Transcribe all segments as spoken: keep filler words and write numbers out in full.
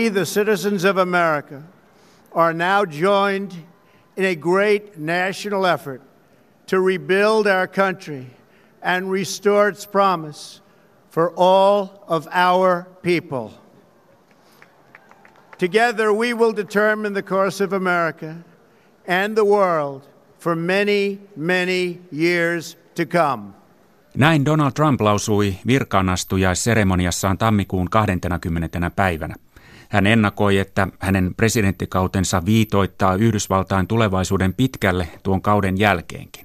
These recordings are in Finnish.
we, the citizens of America, are now joined in a great national effort to rebuild our country and restore its promise for all of our people. Together, we will determine the course of America and the world for many, many years to come. Näin Donald Trump lausui virkaanastujaisseremoniassaan tammikuun kahdeskymmenes päivänä. Hän ennakoi, että hänen presidenttikautensa viitoittaa Yhdysvaltain tulevaisuuden pitkälle tuon kauden jälkeenkin.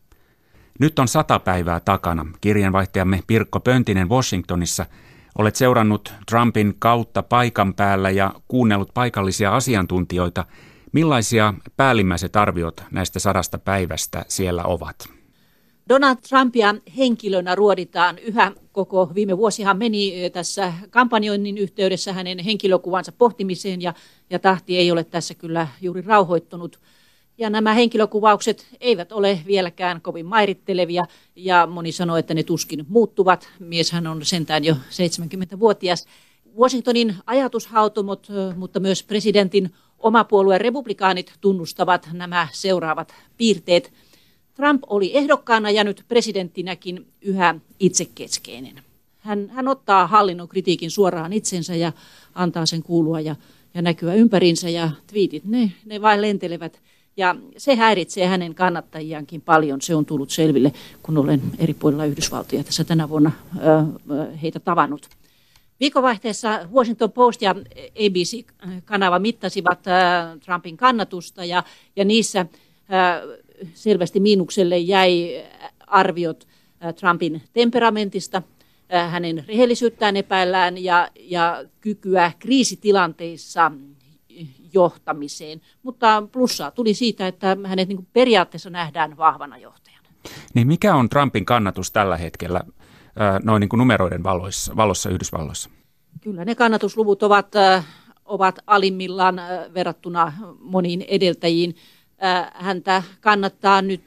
Nyt on sata päivää takana. Kirjeenvaihtajamme Pirkko Pöntinen Washingtonissa. Olet seurannut Trumpin kautta paikan päällä ja kuunnellut paikallisia asiantuntijoita. Millaisia päällimmäiset arviot näistä sadasta päivästä siellä ovat? Donald Trumpia henkilönä ruoditaan yhä. Koko viime vuosihan meni tässä kampanjoinnin yhteydessä hänen henkilökuvansa pohtimiseen ja, ja tahti ei ole tässä kyllä juuri rauhoittunut. Ja nämä henkilökuvaukset eivät ole vieläkään kovin mairittelevia ja moni sanoo, että ne tuskin muuttuvat. Mieshän on sentään jo seitsemänkymmentävuotias. Washingtonin ajatushautomot, mutta myös presidentin oma puolue republikaanit tunnustavat nämä seuraavat piirteet. Trump oli ehdokkaana ja nyt presidenttinäkin yhä itsekeskeinen. Hän, hän ottaa hallinnon kritiikin suoraan itsensä ja antaa sen kuulua ja, ja näkyä ympärinsä ja twiitit, ne, ne vain lentelevät. Ja se häiritsee hänen kannattajiaankin paljon. Se on tullut selville, kun olen eri puolilla Yhdysvaltoja tässä tänä vuonna äh, heitä tavannut. Viikonvaihteessa Washington Post ja A B C-kanava mittasivat äh, Trumpin kannatusta ja, ja niissä äh, selvästi miinukselle jäi arviot äh, Trumpin temperamentista. Äh, hänen rehellisyyttään epäillään ja, ja kykyä kriisitilanteissa johtamiseen, mutta plussaa tuli siitä, että hänet niin kuin periaatteessa nähdään vahvana johtajana. Niin mikä on Trumpin kannatus tällä hetkellä noin niin kuin numeroiden valossa, valossa Yhdysvalloissa? Kyllä ne kannatusluvut ovat, ovat alimmillaan verrattuna moniin edeltäjiin. Häntä kannattaa nyt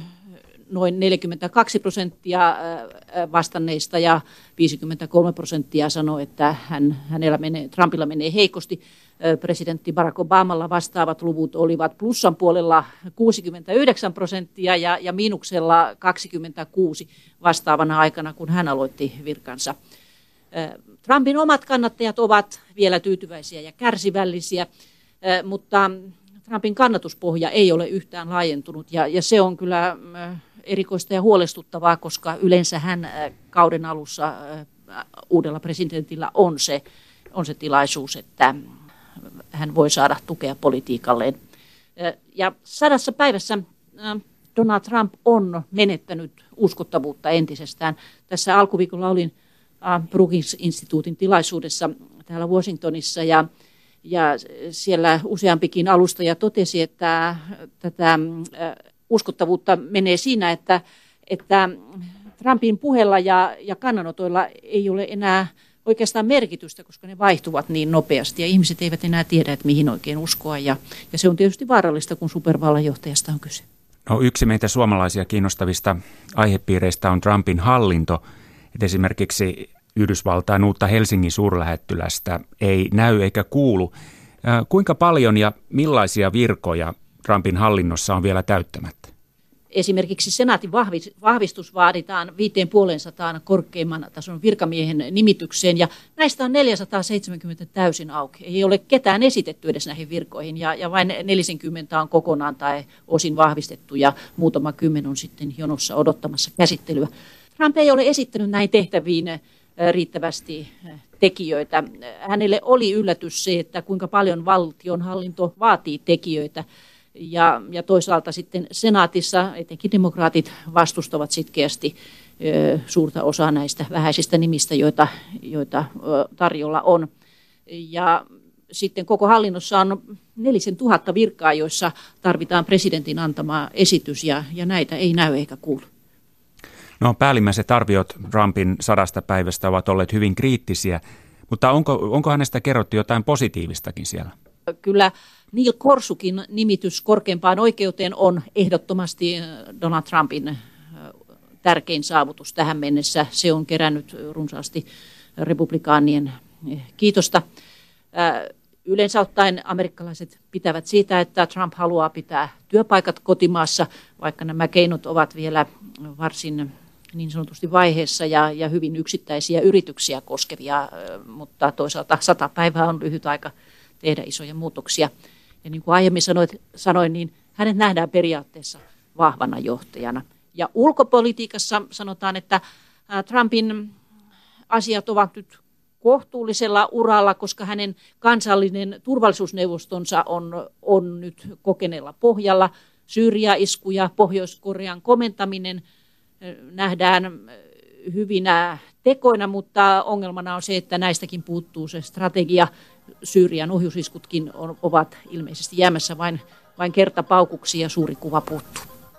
noin neljäkymmentäkaksi prosenttia vastanneista ja viisikymmentäkolme prosenttia sanoo, että hän, hänellä menee, Trumpilla menee heikosti. Presidentti Barack Obamalla vastaavat luvut olivat plussan puolella kuusikymmentäyhdeksän prosenttia ja, ja miinuksella kaksikymmentäkuusi vastaavana aikana, kun hän aloitti virkansa. Trumpin omat kannattajat ovat vielä tyytyväisiä ja kärsivällisiä, mutta Trumpin kannatuspohja ei ole yhtään laajentunut ja, ja se on kyllä erikoista ja huolestuttavaa, koska yleensä hän kauden alussa uudella presidentillä on se, on se tilaisuus, että hän voi saada tukea politiikalleen. Ja sadassa päivässä Donald Trump on menettänyt uskottavuutta entisestään. Tässä alkuviikolla olin Brookings-instituutin tilaisuudessa täällä Washingtonissa ja, ja siellä useampikin alustaja totesi, että tätä uskottavuutta menee siinä, että, että Trumpin puheella ja, ja kannanotoilla ei ole enää oikeastaan merkitystä, koska ne vaihtuvat niin nopeasti ja ihmiset eivät enää tiedä, että mihin oikein uskoa ja, ja se on tietysti vaarallista, kun supervallanjohtajasta on kyse. No, yksi meitä suomalaisia kiinnostavista aihepiireistä on Trumpin hallinto. Et esimerkiksi Yhdysvaltain uutta Helsingin suurlähettilästä ei näy eikä kuulu. Äh, kuinka paljon ja millaisia virkoja Trumpin hallinnossa on vielä täyttämättä? Esimerkiksi senaatin vahvistus vaaditaan viiteen puoleensataan korkeimman tason virkamiehen nimitykseen ja näistä on neljäsataaseitsemänkymmentä täysin auki. Ei ole ketään esitetty edes näihin virkoihin ja, ja vain neljäkymmentä on kokonaan tai osin vahvistettu ja muutama kymmen on sitten jonossa odottamassa käsittelyä. Trump ei ole esittänyt näin tehtäviin riittävästi tekijöitä. Hänelle oli yllätys se, että kuinka paljon valtionhallinto vaatii tekijöitä. Ja, ja toisaalta sitten senaatissa etenkin demokraatit vastustavat sitkeästi ö, suurta osaa näistä vähäisistä nimistä, joita, joita ö, tarjolla on. Ja sitten koko hallinnossa on nelisen tuhatta virkaa, joissa tarvitaan presidentin antama esitys ja, ja näitä ei näy eikä kuulu. No, päällimmäiset arviot Trumpin sadasta päivästä ovat olleet hyvin kriittisiä, mutta onko, onko hänestä kerrottu jotain positiivistakin siellä? Kyllä Neil Gorsuchin nimitys korkeimpaan oikeuteen on ehdottomasti Donald Trumpin tärkein saavutus tähän mennessä. Se on kerännyt runsaasti republikaanien kiitosta. Yleensä ottaen amerikkalaiset pitävät siitä, että Trump haluaa pitää työpaikat kotimaassa, vaikka nämä keinot ovat vielä varsin niin sanotusti vaiheessa ja, ja hyvin yksittäisiä yrityksiä koskevia, mutta toisaalta sata päivää on lyhyt aika tehdä isoja muutoksia. Ja niin kuin aiemmin sanoit, sanoin, niin hänet nähdään periaatteessa vahvana johtajana. Ja ulkopolitiikassa sanotaan, että Trumpin asiat ovat nyt kohtuullisella uralla, koska hänen kansallinen turvallisuusneuvostonsa on, on nyt kokeneella pohjalla. Syyria-iskuja, Pohjois-Korean komentaminen nähdään hyvinä tekoina, mutta ongelmana on se, että näistäkin puuttuu se strategia. Syyrian ohjusiskutkin on, ovat ilmeisesti jäämässä vain, vain kertapaukuksi ja suuri kuva puuttuu.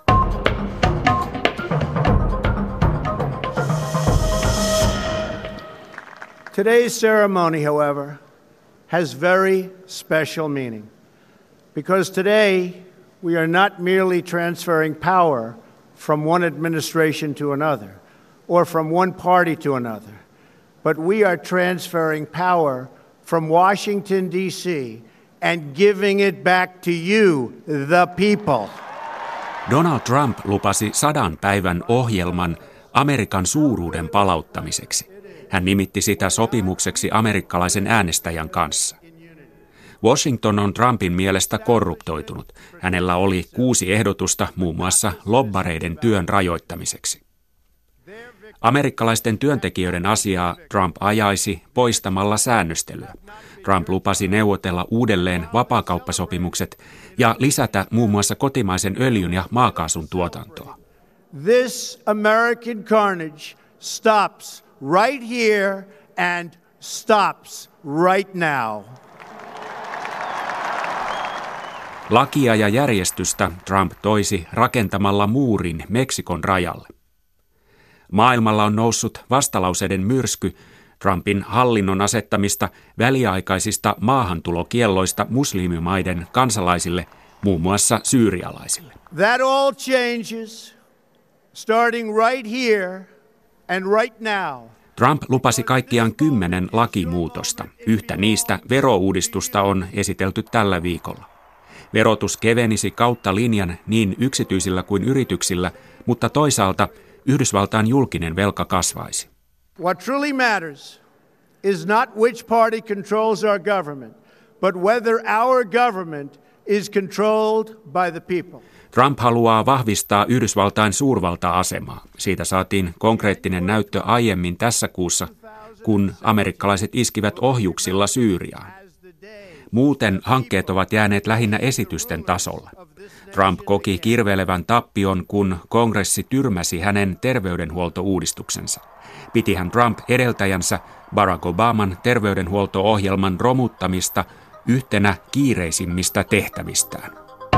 Today's ceremony, however, has very special meaning because today we are not merely transferring power from one administration to another or from one party to another, but we are transferring power from Washington, D C and giving it back to you, the people. Donald Trump lupasi sadan päivän ohjelman Amerikan suuruuden palauttamiseksi. Hän nimitti sitä sopimukseksi amerikkalaisen äänestäjän kanssa. Washington on Trumpin mielestä korruptoitunut. Hänellä oli kuusi ehdotusta muun muassa lobbareiden työn rajoittamiseksi. Amerikkalaisten työntekijöiden asiaa Trump ajaisi poistamalla säännöstelyä. Trump lupasi neuvotella uudelleen vapaakauppasopimukset ja lisätä muun muassa kotimaisen öljyn ja maakaasun tuotantoa. This American carnage stops right here and stops right now. Lakia ja järjestystä Trump toisi rakentamalla muurin Meksikon rajalle. Maailmalla on noussut vastalauseiden myrsky Trumpin hallinnon asettamista väliaikaisista maahantulokielloista muslimimaiden kansalaisille, muun muassa syyrialaisille. That all changes starting right here and right now. Trump lupasi kaikkiaan kymmenen lakimuutosta. Yhtä niistä verouudistusta on esitelty tällä viikolla. Verotus kevenisi kautta linjan niin yksityisillä kuin yrityksillä, mutta toisaalta Yhdysvaltain julkinen velka kasvaisi. What truly matters is not which party controls our government, but whether our government is controlled by the people. Trump haluaa vahvistaa Yhdysvaltain suurvalta-asemaa. Siitä saatiin konkreettinen näyttö aiemmin tässä kuussa, kun amerikkalaiset iskivät ohjuksilla Syyriaan. Muuten hankkeet ovat jääneet lähinnä esitysten tasolla. Trump koki kirveilevän tappion, kun kongressi tyrmäsi hänen terveydenhuoltouudistuksensa. Pitihän Trump edeltäjänsä Barack Obaman terveydenhuolto-ohjelman romuttamista yhtenä kiireisimmistä tehtävistään.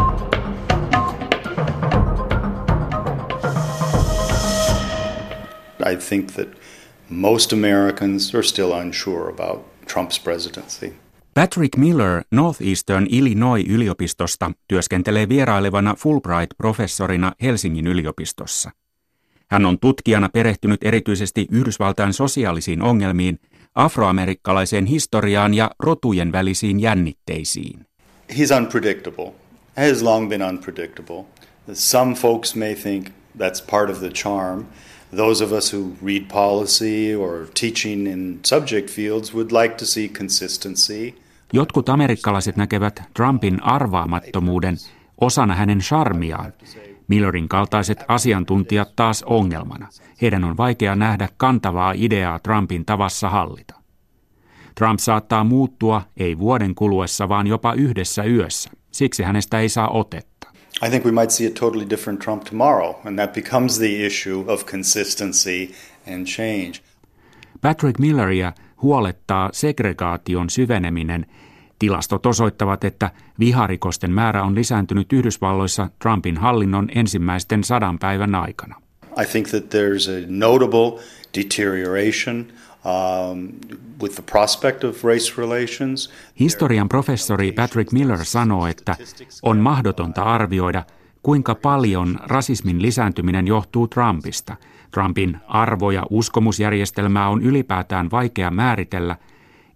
I think that most Americans are still unsure about Trump's presidency. Patrick Miller Northeastern Illinois-yliopistosta työskentelee vierailevana Fulbright-professorina Helsingin yliopistossa. Hän on tutkijana perehtynyt erityisesti Yhdysvaltain sosiaalisiin ongelmiin, afroamerikkalaiseen historiaan ja rotujen välisiin jännitteisiin. He's unpredictable. He has long been unpredictable. Some folks may think that's part of the charm. Those of us who read policy or teaching in subject fields would like to see consistency. Jotkut amerikkalaiset näkevät Trumpin arvaamattomuuden osana hänen charmiaan. Millerin kaltaiset asiantuntijat taas ongelmana. Heidän on vaikea nähdä kantavaa ideaa Trumpin tavassa hallita. Trump saattaa muuttua ei vuoden kuluessa, vaan jopa yhdessä yössä. Siksi hänestä ei saa otetta. I think we might see a totally different Trump tomorrow, and that becomes the issue of consistency and change. Patrick Milleria huolettaa segregaation syveneminen. Tilastot osoittavat, että viharikosten määrä on lisääntynyt Yhdysvalloissa Trumpin hallinnon ensimmäisten sadan päivän aikana. I think that there's a notable deterioration um, with the prospect of race relations. Historian professori Patrick Miller sanoo, että on mahdotonta arvioida, kuinka paljon rasismin lisääntyminen johtuu Trumpista. Trumpin arvo- ja uskomusjärjestelmää on ylipäätään vaikea määritellä,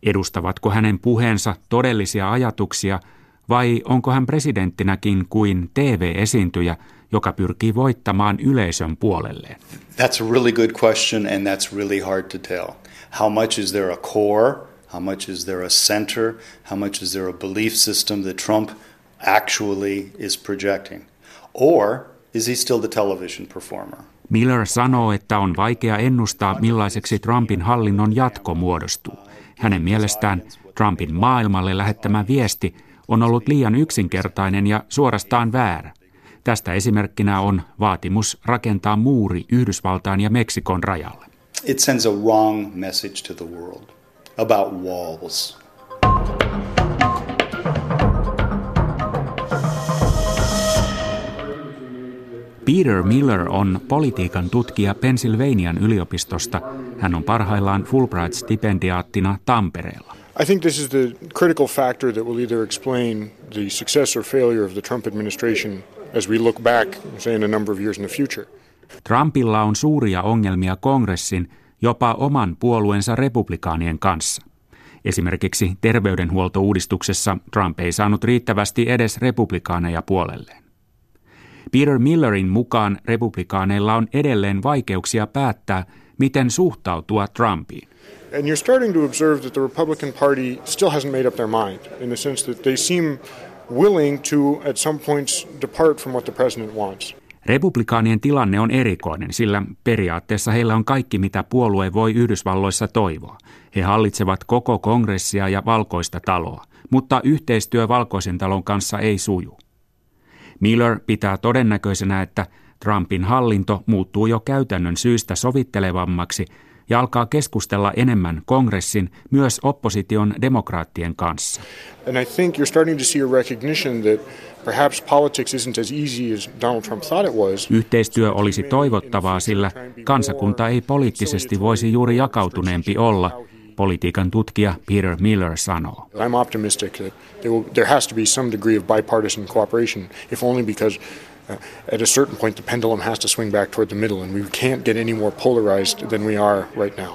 Edustavatko hänen puheensa todellisia ajatuksia vai onko hän presidenttinäkin kuin T V-esiintyjä, joka pyrkii voittamaan yleisön puolelleen? That's a really good question and that's really hard to tell. How much is there a core? How much is there a center? How much is there a belief system that Trump actually is projecting? Or is he still the television performer? Miller sanoo, että on vaikea ennustaa, millaiseksi Trumpin hallinnon jatko muodostuu. Hänen mielestään Trumpin maailmalle lähettämä viesti on ollut liian yksinkertainen ja suorastaan väärä. Tästä esimerkkinä on vaatimus rakentaa muuri Yhdysvaltain ja Meksikon rajalle. It sends a wrong message to the world about walls. Peter Miller on politiikan tutkija Pennsylvanian yliopistosta. Hän on parhaillaan Fulbright-stipendiaattina Tampereella. I think this is the critical factor that will either explain the success or failure of the Trump administration as we look back, say in a number of years in the future. Trumpilla on suuria ongelmia kongressin, jopa oman puolueensa republikaanien kanssa. Esimerkiksi terveydenhuoltouudistuksessa Trump ei saanut riittävästi edes republikaaneja puolelleen. Peter Millerin mukaan republikaaneilla on edelleen vaikeuksia päättää, miten suhtautua Trumpiin. And you're starting to observe that the Republican Party still hasn't made up their mind in the sense that they seem willing to at some points depart from what the president wants. Republikaanien tilanne on erikoinen, sillä periaatteessa heillä on kaikki, mitä puolue voi Yhdysvalloissa toivoa. He hallitsevat koko kongressia ja valkoista taloa, mutta yhteistyö valkoisen talon kanssa ei suju. Miller pitää todennäköisenä, että Trumpin hallinto muuttuu jo käytännön syistä sovittelevammaksi ja alkaa keskustella enemmän kongressin, myös opposition demokraattien kanssa. And I think you're starting to see a recognition that perhaps politics isn't as easy as Donald Trump thought it was. Yhteistyö olisi toivottavaa, sillä kansakunta ei poliittisesti voisi juuri jakautuneempi olla, politiikan tutkija Peter Miller sanoo. I'm optimistic that there, will, there has to be some degree of bipartisan cooperation, if only because uh, at a certain point the pendulum has to swing back toward the middle and we can't get any more polarized than we are right now.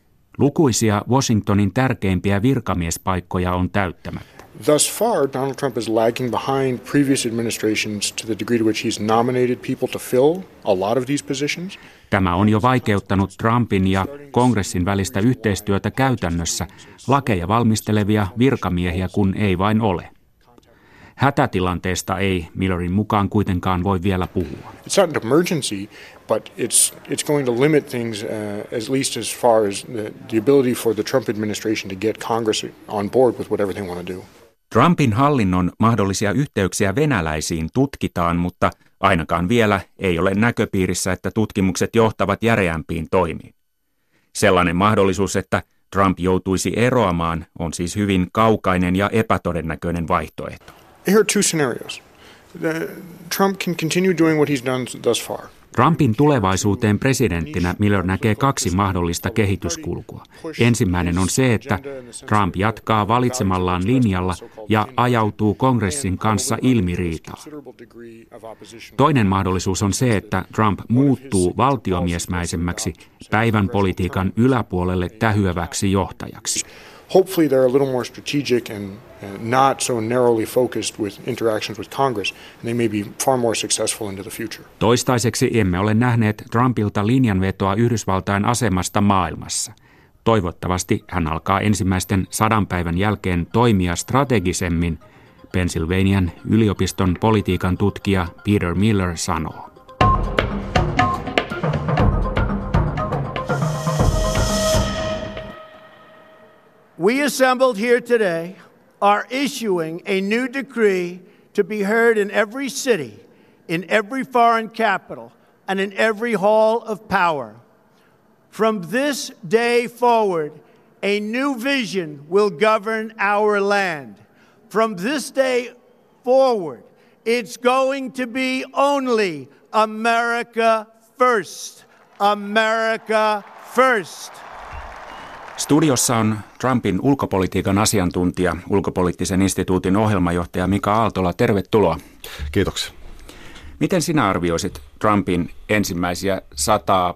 Lukuisia Washingtonin tärkeimpiä virkamiespaikkoja on täyttämättä. Thus far, Donald Trump is lagging behind previous administrations to the degree to which he's nominated people to fill a lot of these positions. Tämä on jo vaikeuttanut Trumpin ja kongressin välistä yhteistyötä käytännössä. Lakeja valmistelevia virkamiehiä kun ei vain ole. Hätätilanteesta ei Millerin mukaan kuitenkaan voi vielä puhua. It's not an emergency, but it's it's going to limit things uh, at least as far as the, the ability for the Trump administration to get Congress on board with whatever they want to do. Trumpin hallinnon mahdollisia yhteyksiä venäläisiin tutkitaan, mutta ainakaan vielä ei ole näköpiirissä, että tutkimukset johtavat järeämpiin toimiin. Sellainen mahdollisuus, että Trump joutuisi eroamaan, on siis hyvin kaukainen ja epätodennäköinen vaihtoehto. Here are two scenarios. The, Trump can continue doing what he's done thus far. Trumpin tulevaisuuteen presidenttinä Miller näkee kaksi mahdollista kehityskulkua. Ensimmäinen on se, että Trump jatkaa valitsemallaan linjalla ja ajautuu kongressin kanssa ilmiriitaan. Toinen mahdollisuus on se, että Trump muuttuu valtiomiesmäisemmäksi päivän politiikan yläpuolelle tähyäväksi johtajaksi. Hopefully they're a little more strategic and not so narrowly focused with interactions with Congress, and they may be far more successful into the future. Toistaiseksi emme ole nähneet Trumpilta linjanvetoa Yhdysvaltain asemasta maailmassa. Toivottavasti hän alkaa ensimmäisten sadan päivän jälkeen toimia strategisemmin, Pennsylvanian yliopiston politiikan tutkija Peter Miller sanoo. We assembled here today are issuing a new decree to be heard in every city, in every foreign capital, and in every hall of power. From this day forward, a new vision will govern our land. From this day forward, it's going to be only America first. America first. Studiossa on Trumpin ulkopolitiikan asiantuntija, ulkopoliittisen instituutin ohjelmajohtaja Mika Aaltola. Tervetuloa. Kiitoksia. Miten sinä arvioisit Trumpin ensimmäisiä sataa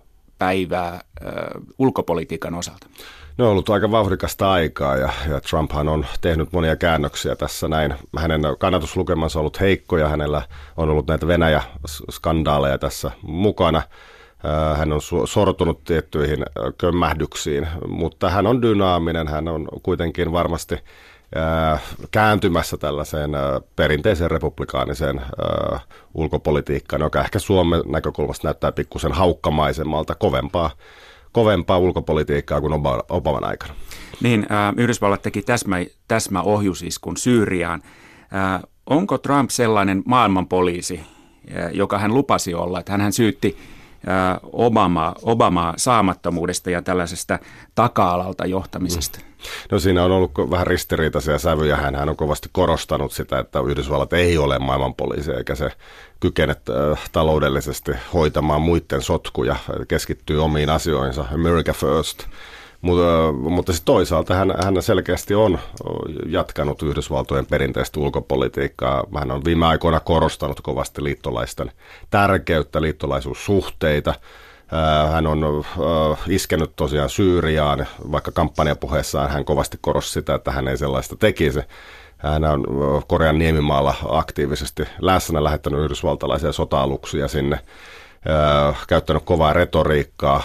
päivää äh, ulkopolitiikan osalta? Ne on ollut aika vauhdikasta aikaa ja, ja Trumphan on tehnyt monia käännöksiä tässä näin. Hänen kannatuslukemansa on ollut heikkoja, hänellä on ollut näitä Venäjä-skandaaleja tässä mukana. Hän on sortunut tiettyihin kömmähdyksiin, mutta hän on dynaaminen, hän on kuitenkin varmasti kääntymässä tällaiseen perinteiseen republikaaniseen ulkopolitiikkaan, joka ehkä Suomen näkökulmasta näyttää pikkusen haukkamaisemmalta, kovempaa, kovempaa ulkopolitiikkaa kuin Obaman aikana. Niin, äh, Yhdysvallat teki täsmä, täsmäohjusiskun Syyriaan. Äh, onko Trump sellainen maailmanpoliisi, äh, joka hän lupasi olla, että hän syytti äh, Obamaa, Obamaa saamattomuudesta ja tällaisesta taka-alalta johtamisesta? Mm. No siinä on ollut vähän ristiriitaisia sävyjä. Hän, hän on kovasti korostanut sitä, että Yhdysvallat ei ole maailmanpoliisi eikä se kykene äh, taloudellisesti hoitamaan muiden sotkuja, keskittyy omiin asioihinsa, America first. Mutta, mutta sitten toisaalta hän, hän selkeästi on jatkanut Yhdysvaltojen perinteistä ulkopolitiikkaa. Hän on viime aikoina korostanut kovasti liittolaisten tärkeyttä, liittolaisuussuhteita. Hän on iskenyt tosiaan Syyriaan, vaikka kampanjapuheessaan hän kovasti korosti sitä, että hän ei sellaista tekisi. Hän on Korean niemimaalla aktiivisesti läsnä, lähettänyt yhdysvaltalaisia sota-aluksia sinne, käyttänyt kovaa retoriikkaa,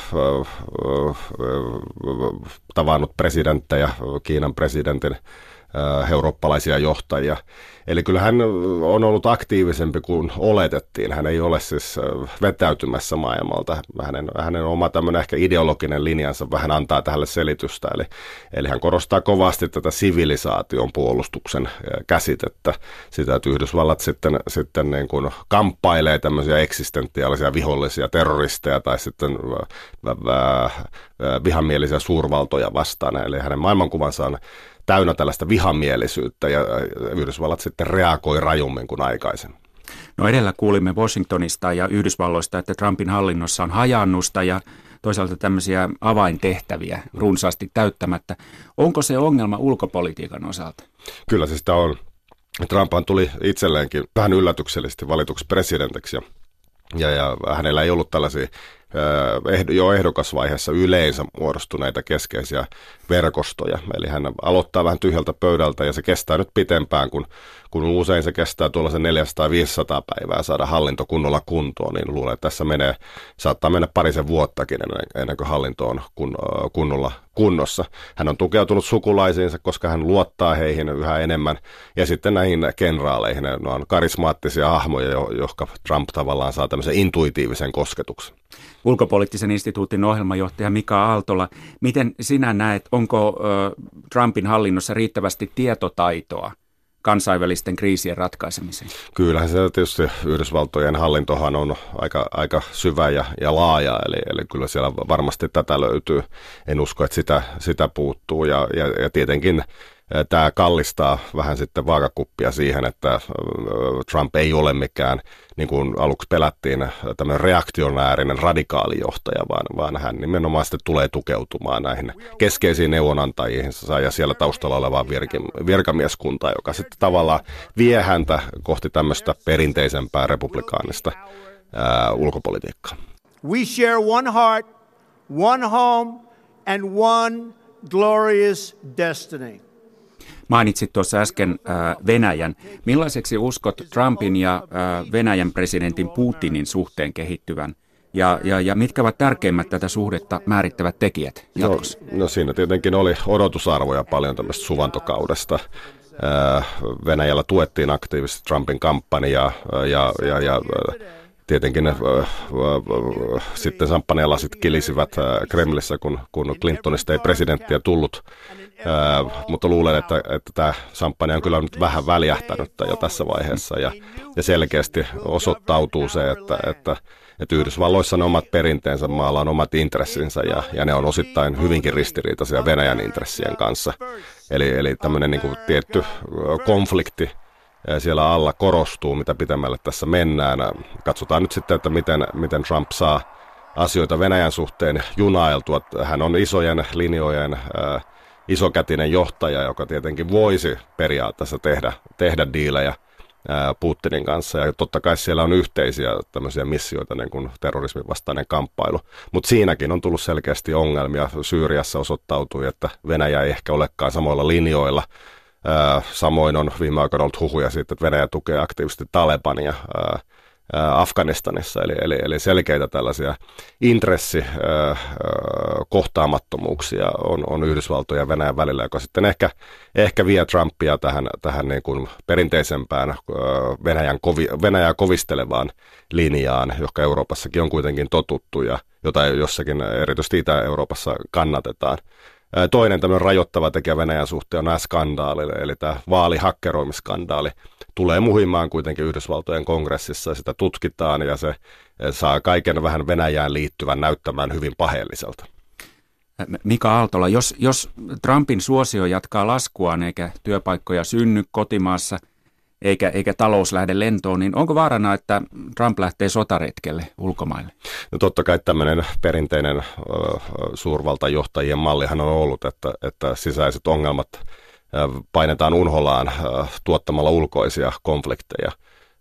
tavannut presidenttejä, Kiinan presidentin, eurooppalaisia johtajia. Eli kyllä hän on ollut aktiivisempi kuin oletettiin. Hän ei ole siis vetäytymässä maailmalta. Hänen, hänen oma tämmöinen ehkä ideologinen linjansa vähän antaa tälle selitystä. Eli, eli hän korostaa kovasti tätä sivilisaation puolustuksen käsitettä. Sitä, että Yhdysvallat sitten, sitten niin kuin kamppailee tämmöisiä eksistentiaalisia vihollisia terroristeja tai sitten vihamielisiä suurvaltoja vastaan. Eli hänen maailmankuvansa on täynnä tällaista vihamielisyyttä ja Yhdysvallat sitten reagoi rajummin kuin aikaisemmin. No edellä kuulimme Washingtonista ja Yhdysvalloista, että Trumpin hallinnossa on hajannusta ja toisaalta tämmöisiä avaintehtäviä runsaasti täyttämättä. Onko se ongelma ulkopolitiikan osalta? Kyllä se sitä on. Trumphan tuli itselleenkin vähän yllätyksellisesti valituksi presidentiksi ja, ja, ja hänellä ei ollut tällaisia jo ehdokasvaiheessa yleensä muodostuneita keskeisiä verkostoja. Eli hän aloittaa vähän tyhjältä pöydältä ja se kestää nyt pitempään, kun, kun usein se kestää tuollaisen neljäsataa viisisataa päivää saada hallinto kunnolla kuntoon, niin luulen, että tässä menee, saattaa mennä parisen vuottakin ennen, ennen kuin hallinto on kun, kunnolla kunnossa. Hän on tukeutunut sukulaisiinsa, koska hän luottaa heihin yhä enemmän ja sitten näihin kenraaleihin. Ne on karismaattisia hahmoja, jotka Trump tavallaan saa tämmöisen intuitiivisen kosketuksen. Ulkopoliittisen instituutin ohjelmajohtaja Mika Aaltola, miten sinä näet, onko ö, Trumpin hallinnossa riittävästi tietotaitoa kansainvälisten kriisien ratkaisemiseen? Kyllähän se tietysti Yhdysvaltojen hallintohan on aika, aika syvä ja, ja laaja, eli, eli kyllä siellä varmasti tätä löytyy. En usko, että sitä, sitä puuttuu ja, ja, ja tietenkin tämä kallistaa vähän sitten vaakakuppia siihen, että Trump ei ole mikään, niin kuin aluksi pelättiin, tämmöinen reaktionäärinen radikaalijohtaja, vaan, vaan hän nimenomaan sitten tulee tukeutumaan näihin keskeisiin neuvonantajiinsa ja siellä taustalla olevaan virki- virkamieskuntaan, joka sitten tavallaan vie häntä kohti tämmöistä perinteisempää republikaanista ää, ulkopolitiikkaa. We share one heart, one home and one glorious destiny. Mainitsit tuossa äsken äh, Venäjän. Millaiseksi uskot Trumpin ja äh, Venäjän presidentin Putinin suhteen kehittyvän? Ja, ja, ja mitkä ovat tärkeimmät tätä suhdetta määrittävät tekijät jatkossa? No, no siinä tietenkin oli odotusarvoja paljon tämmöistä suvantokaudesta. Äh, Venäjällä tuettiin aktiivisesti Trumpin kampanjaa ja, ja, ja tietenkin äh, äh, äh, sitten samppanjalasit kilisivät äh, Kremlissä, kun, kun Clintonista ei presidenttiä tullut. Äh, mutta luulen, että, että tämä sampanja on kyllä nyt vähän väljähtänyt jo tässä vaiheessa ja, ja selkeästi osoittautuu se, että, että, että Yhdysvalloissa on omat perinteensä, maalla on omat intressinsä ja, ja ne on osittain hyvinkin ristiriitaisia Venäjän intressien kanssa. Eli, eli tämmöinen niin kuin tietty konflikti siellä alla korostuu, mitä pitemmälle tässä mennään. Katsotaan nyt sitten, että miten, miten Trump saa asioita Venäjän suhteen junailtua. Hän on isojen linjojen ää, isokätinen johtaja, joka tietenkin voisi periaatteessa tehdä, tehdä diilejä Putinin kanssa, ja totta kai siellä on yhteisiä tämmöisiä missioita, niin kuin terrorismin vastainen kamppailu, mutta siinäkin on tullut selkeästi ongelmia. Syyriassa osoittautui, että Venäjä ei ehkä olekaan samoilla linjoilla. Samoin on viime aikoina ollut huhuja siitä, että Venäjä tukee aktiivisesti Talebania Afganistanissa, eli, eli, eli selkeitä tällaisia intressikohtaamattomuuksia on, on Yhdysvaltojen ja Venäjän välillä, joka sitten ehkä, ehkä vie Trumpia tähän, tähän niin kuin perinteisempään Venäjän kovi, Venäjää kovistelevaan linjaan, joka Euroopassakin on kuitenkin totuttu ja jota jossakin erityisesti Itä-Euroopassa kannatetaan. Toinen tämmöinen rajoittava tekijä Venäjän suhteen on nämä skandaalit, eli tämä vaalihakkeroimiskandaali tulee muhimaan kuitenkin Yhdysvaltojen kongressissa, sitä tutkitaan ja se saa kaiken vähän Venäjään liittyvän näyttämään hyvin paheelliselta. Mika Aaltola, jos, jos Trumpin suosio jatkaa laskuaan eikä työpaikkoja synny kotimaassa eikä, eikä talous lähde lentoon, niin onko vaarana, että Trump lähtee sotaretkelle ulkomaille? No totta kai tämmöinen perinteinen ö, suurvaltajohtajien mallihan on ollut, että, että sisäiset ongelmat ö, painetaan unholaan ö, tuottamalla ulkoisia konflikteja.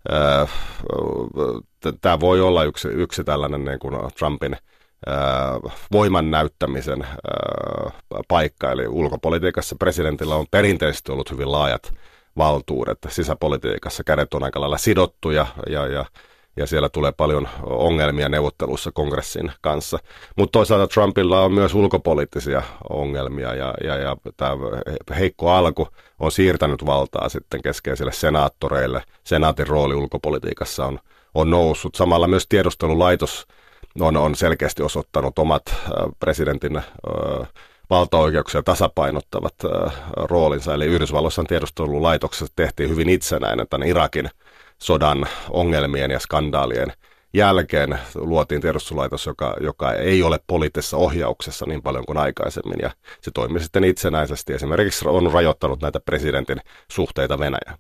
Tämä voi olla yksi, yksi tällainen niin kuin Trumpin ö, voiman näyttämisen ö, paikka, eli ulkopolitiikassa presidentillä on perinteisesti ollut hyvin laajat valtuudet. Sisäpolitiikassa kädet on aika lailla sidottuja ja, ja, ja siellä tulee paljon ongelmia neuvotteluissa kongressin kanssa. Mutta toisaalta Trumpilla on myös ulkopoliittisia ongelmia ja, ja, ja tämä heikko alku on siirtänyt valtaa sitten keskeisille senaattoreille. Senaatin rooli ulkopolitiikassa on, on noussut. Samalla myös tiedustelulaitos on, on selkeästi osoittanut omat äh, presidentin äh, valtaoikeuksia tasapainottavat äh, roolinsa. Eli Yhdysvalloissa tiedustelulaitoksessa tehtiin hyvin itsenäinen tämän Irakin sodan ongelmien ja skandaalien jälkeen. Luotiin tiedustelulaitos, joka, joka ei ole poliittisessa ohjauksessa niin paljon kuin aikaisemmin. Ja se toimii sitten itsenäisesti. Esimerkiksi on rajoittanut näitä presidentin suhteita Venäjään.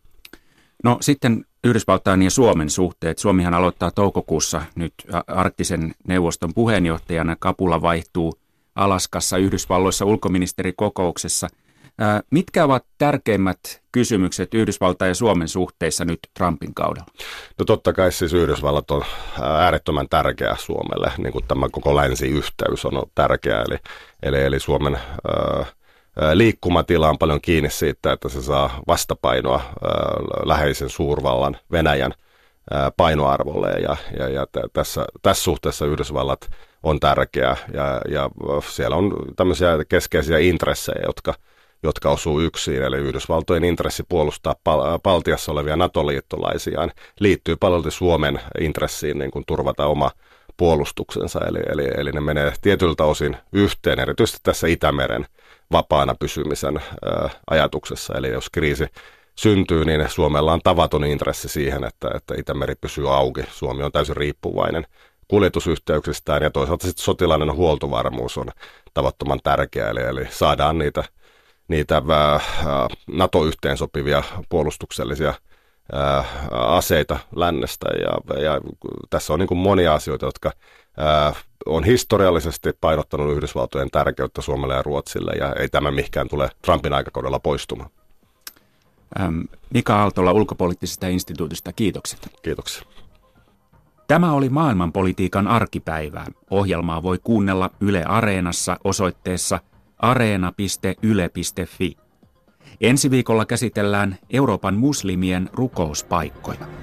No sitten Yhdysvaltain ja Suomen suhteet. Suomihan aloittaa toukokuussa nyt Arktisen neuvoston puheenjohtajana. Kapula vaihtuu Alaskassa Yhdysvalloissa ulkoministerikokouksessa. Mitkä ovat tärkeimmät kysymykset Yhdysvaltain ja Suomen suhteissa nyt Trumpin kaudella? No totta kai siis Yhdysvallat on äärettömän tärkeä Suomelle, niin kuin tämä koko länsiyhteys on tärkeä. Eli, eli, eli Suomen ää, liikkumatila on paljon kiinni siitä, että se saa vastapainoa ää, läheisen suurvallan Venäjän ää, painoarvolle. Ja, ja, ja t- tässä, tässä suhteessa Yhdysvallat on tärkeä ja, ja siellä on tämmöisiä keskeisiä intressejä, jotka jotka osuu yksin, eli Yhdysvaltojen intressi puolustaa Pal- Baltiassa olevia NATO-liittolaisiaan liittyy paljon Suomen intressiin niin kuin turvata oma puolustuksensa, eli, eli, eli ne menee tietyltä osin yhteen, erityisesti tässä Itämeren vapaana pysymisen ää, ajatuksessa, eli jos kriisi syntyy, niin Suomella on tavaton intressi siihen, että, että Itämeri pysyy auki. Suomi on täysin riippuvainen kuljetusyhteyksistään, ja toisaalta sitten sotilainen huoltovarmuus on tavattoman tärkeä, eli, eli saadaan niitä niitä NATO-yhteensopivia puolustuksellisia ää, aseita lännestä. Ja, ja tässä on niin kuin monia asioita, jotka ää, on historiallisesti painottanut Yhdysvaltojen tärkeyttä Suomelle ja Ruotsille, ja ei tämä mihinkään tule Trumpin aikakaudella poistumaan. Mika Aaltola ulkopoliittisesta instituutista, kiitokset. Kiitoksia. Tämä oli maailmanpolitiikan arkipäivää. Ohjelmaa voi kuunnella Yle Areenassa osoitteessa areena piste yle piste fi. Ensi viikolla käsitellään Euroopan muslimien rukouspaikkoja.